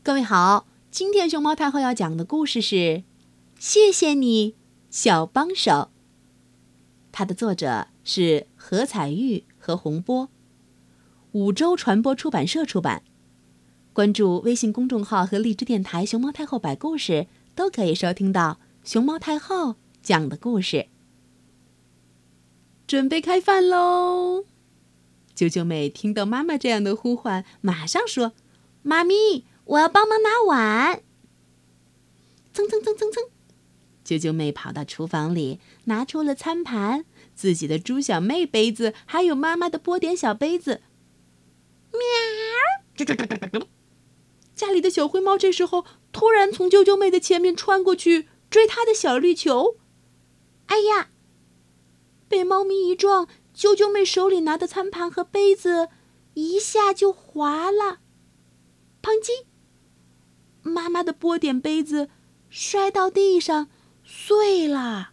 各位好，今天熊猫太后要讲的故事是谢谢你，小帮手。它的作者是何彩玉和洪波，五洲传播出版社出版。关注微信公众号和荔枝电台熊猫太后摆故事，都可以收听到熊猫太后讲的故事。准备开饭喽！啾啾妹听到妈妈这样的呼唤，马上说：妈咪，我要帮忙拿碗。蹭蹭蹭蹭蹭，啾啾妹跑到厨房里，拿出了餐盘、自己的猪小妹杯子，还有妈妈的波点小杯子。喵！家里的小灰猫这时候突然从啾啾妹的前面穿过去，追她的小绿球。哎呀！被猫咪一撞，啾啾妹手里拿的餐盘和杯子一下就滑了。砰叽！妈妈的波点杯子摔到地上碎了。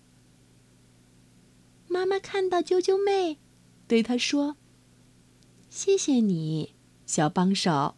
妈妈看到啾啾妹，对她说：谢谢你，小帮手。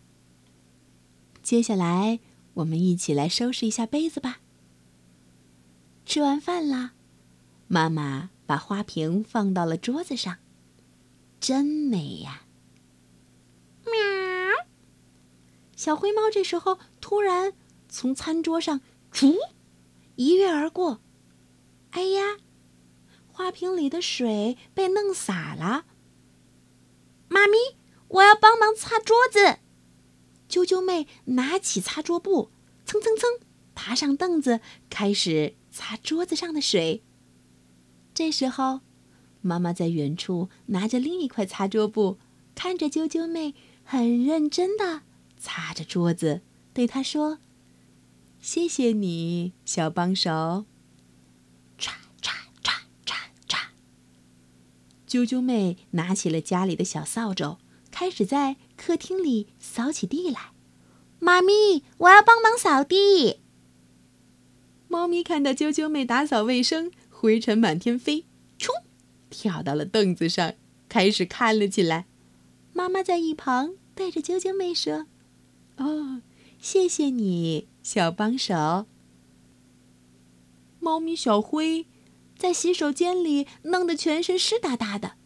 接下来我们一起来收拾一下杯子吧。吃完饭啦，妈妈把花瓶放到了桌子上，真美呀！喵！小灰猫这时候突然从餐桌上一跃而过。哎呀，花瓶里的水被弄洒了。妈咪，我要帮忙擦桌子。啾啾妹拿起擦桌布，蹭蹭蹭爬上凳子，开始擦桌子上的水。这时候，妈妈在远处拿着另一块擦桌布，看着啾啾妹很认真地擦着桌子，对她说：谢谢你，小帮手。嚓嚓嚓嚓嚓，啾啾妹拿起了家里的小扫帚，开始在客厅里扫起地来。妈咪，我要帮忙扫地。猫咪看到啾啾妹打扫卫生，灰尘满天飞，冲，跳到了凳子上，开始看了起来。妈妈在一旁对着啾啾妹说：哦，谢谢你，小帮手。猫咪小灰在洗手间里弄得全身湿哒哒的，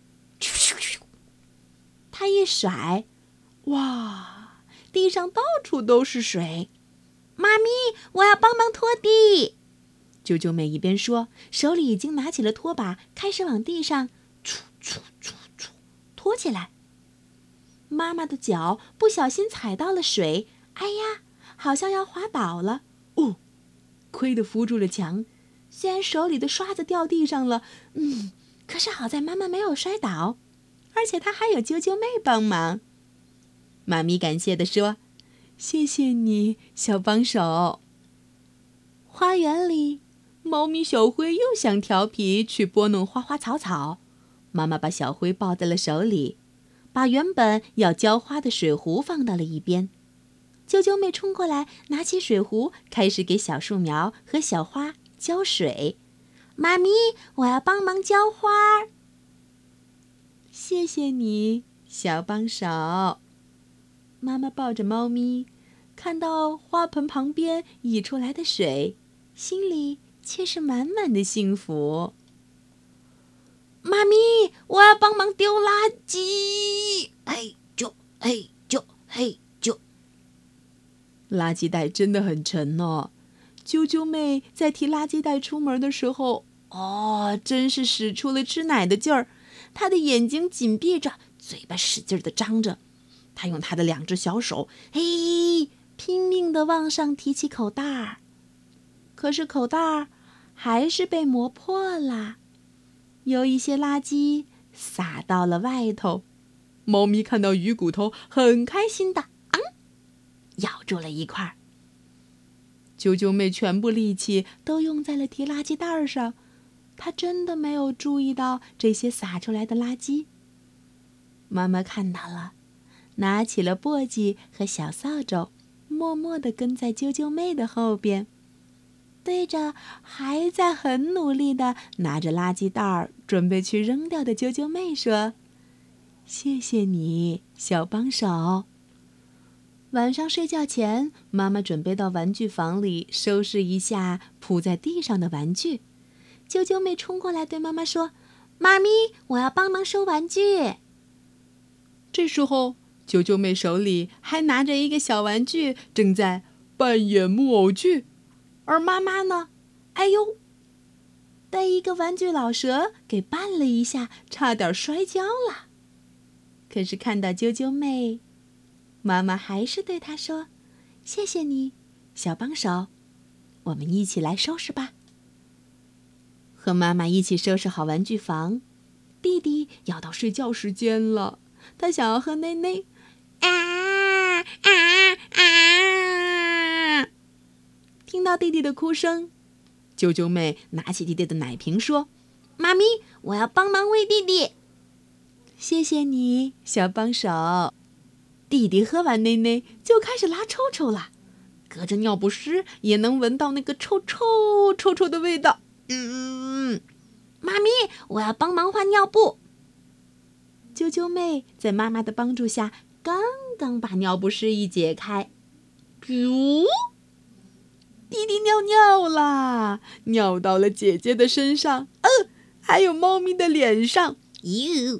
它一甩，哇，地上到处都是水。妈咪，我要帮忙拖地。啾啾妹一边说，手里已经拿起了拖把，开始往地上拖起来。妈妈的脚不小心踩到了水，哎呀，好像要滑倒了。哦，亏得扶住了墙，虽然手里的刷子掉地上了，可是好在妈妈没有摔倒，而且她还有啾啾妹帮忙。妈咪感谢地说：谢谢你，小帮手。花园里，猫咪小灰又想调皮去拨弄花花草草，妈妈把小灰抱在了手里，把原本要浇花的水壶放到了一边。啾啾妹冲过来，拿起水壶，开始给小树苗和小花浇水。妈咪，我要帮忙浇花。谢谢你，小帮手。妈妈抱着猫咪，看到花盆旁边溢出来的水，心里却是满满的幸福。妈咪，我要帮忙丢垃圾。嘿啾，嘿啾，嘿啾。垃圾袋真的很沉哦。啾啾妹在提垃圾袋出门的时候，真是使出了吃奶的劲儿。她的眼睛紧闭着，嘴巴使劲地张着。她用她的两只小手，拼命地往上提起口袋儿。可是口袋儿还是被磨破了，有一些垃圾洒到了外头。猫咪看到鱼骨头，很开心的咬住了一块。啾啾妹全部力气都用在了提垃圾袋上，她真的没有注意到这些洒出来的垃圾。妈妈看到了，拿起了簸箕和小扫帚，默默地跟在啾啾妹的后边，对着还在很努力地拿着垃圾袋准备去扔掉的啾啾妹说：谢谢你，小帮手。 晚上睡觉前，妈妈准备到玩具房里收拾一下铺在地上的玩具。啾啾妹冲过来对妈妈说：“妈咪，我要帮忙收玩具。”这时候，啾啾妹手里还拿着一个小玩具，正在扮演木偶剧。而妈妈呢，哎呦，被一个玩具老蛇给绊了一下，差点摔跤了。可是看到啾啾妹，妈妈还是对她说：“谢谢你，小帮手，我们一起来收拾吧。”和妈妈一起收拾好玩具房，弟弟要到睡觉时间了，他想要喝奶奶。听到弟弟的哭声，啾啾妹拿起弟弟的奶瓶说：“妈咪，我要帮忙喂弟弟。”谢谢你，小帮手。弟弟喝完奶奶就开始拉臭臭了，隔着尿不湿也能闻到那个臭臭的味道。妈咪，我要帮忙换尿布。啾啾妹在妈妈的帮助下，刚刚把尿不湿一解开，噗！弟弟尿尿啦，尿到了姐姐的身上，还有猫咪的脸上。哟！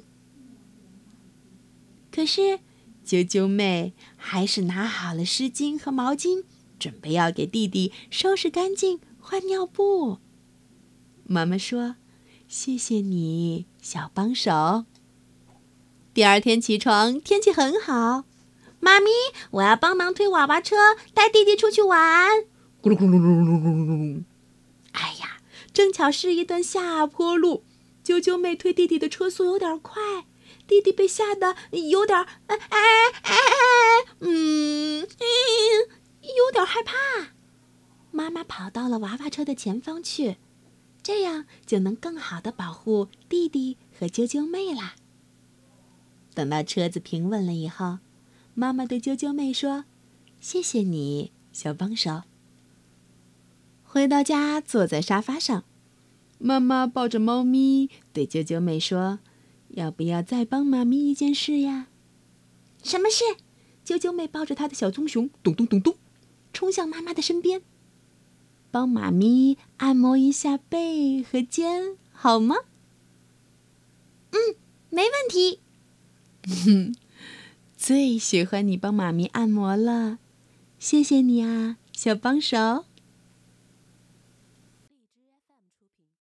可是啾啾妹还是拿好了湿巾和毛巾，准备要给弟弟收拾干净，换尿布。妈妈说：“谢谢你，小帮手。”第二天起床，天气很好。妈咪，我要帮忙推娃娃车，带弟弟出去玩。咕噜咕噜噜噜噜噜。哎呀，正巧是一段下坡路，啾啾妹推弟弟的车速有点快，弟弟被吓得有点有点害怕。妈妈跑到了娃娃车的前方去，这样就能更好地保护弟弟和啾啾妹啦。等到车子平稳了以后，妈妈对啾啾妹说：“谢谢你，小帮手。”回到家，坐在沙发上，妈妈抱着猫咪对啾啾妹说：“要不要再帮妈咪一件事呀？”“什么事？”啾啾妹抱着她的小棕熊，咚咚咚咚，冲向妈妈的身边。“帮妈咪按摩一下背和肩，好吗？”“没问题。”“最喜欢你帮妈咪按摩了，谢谢你啊，小帮手。”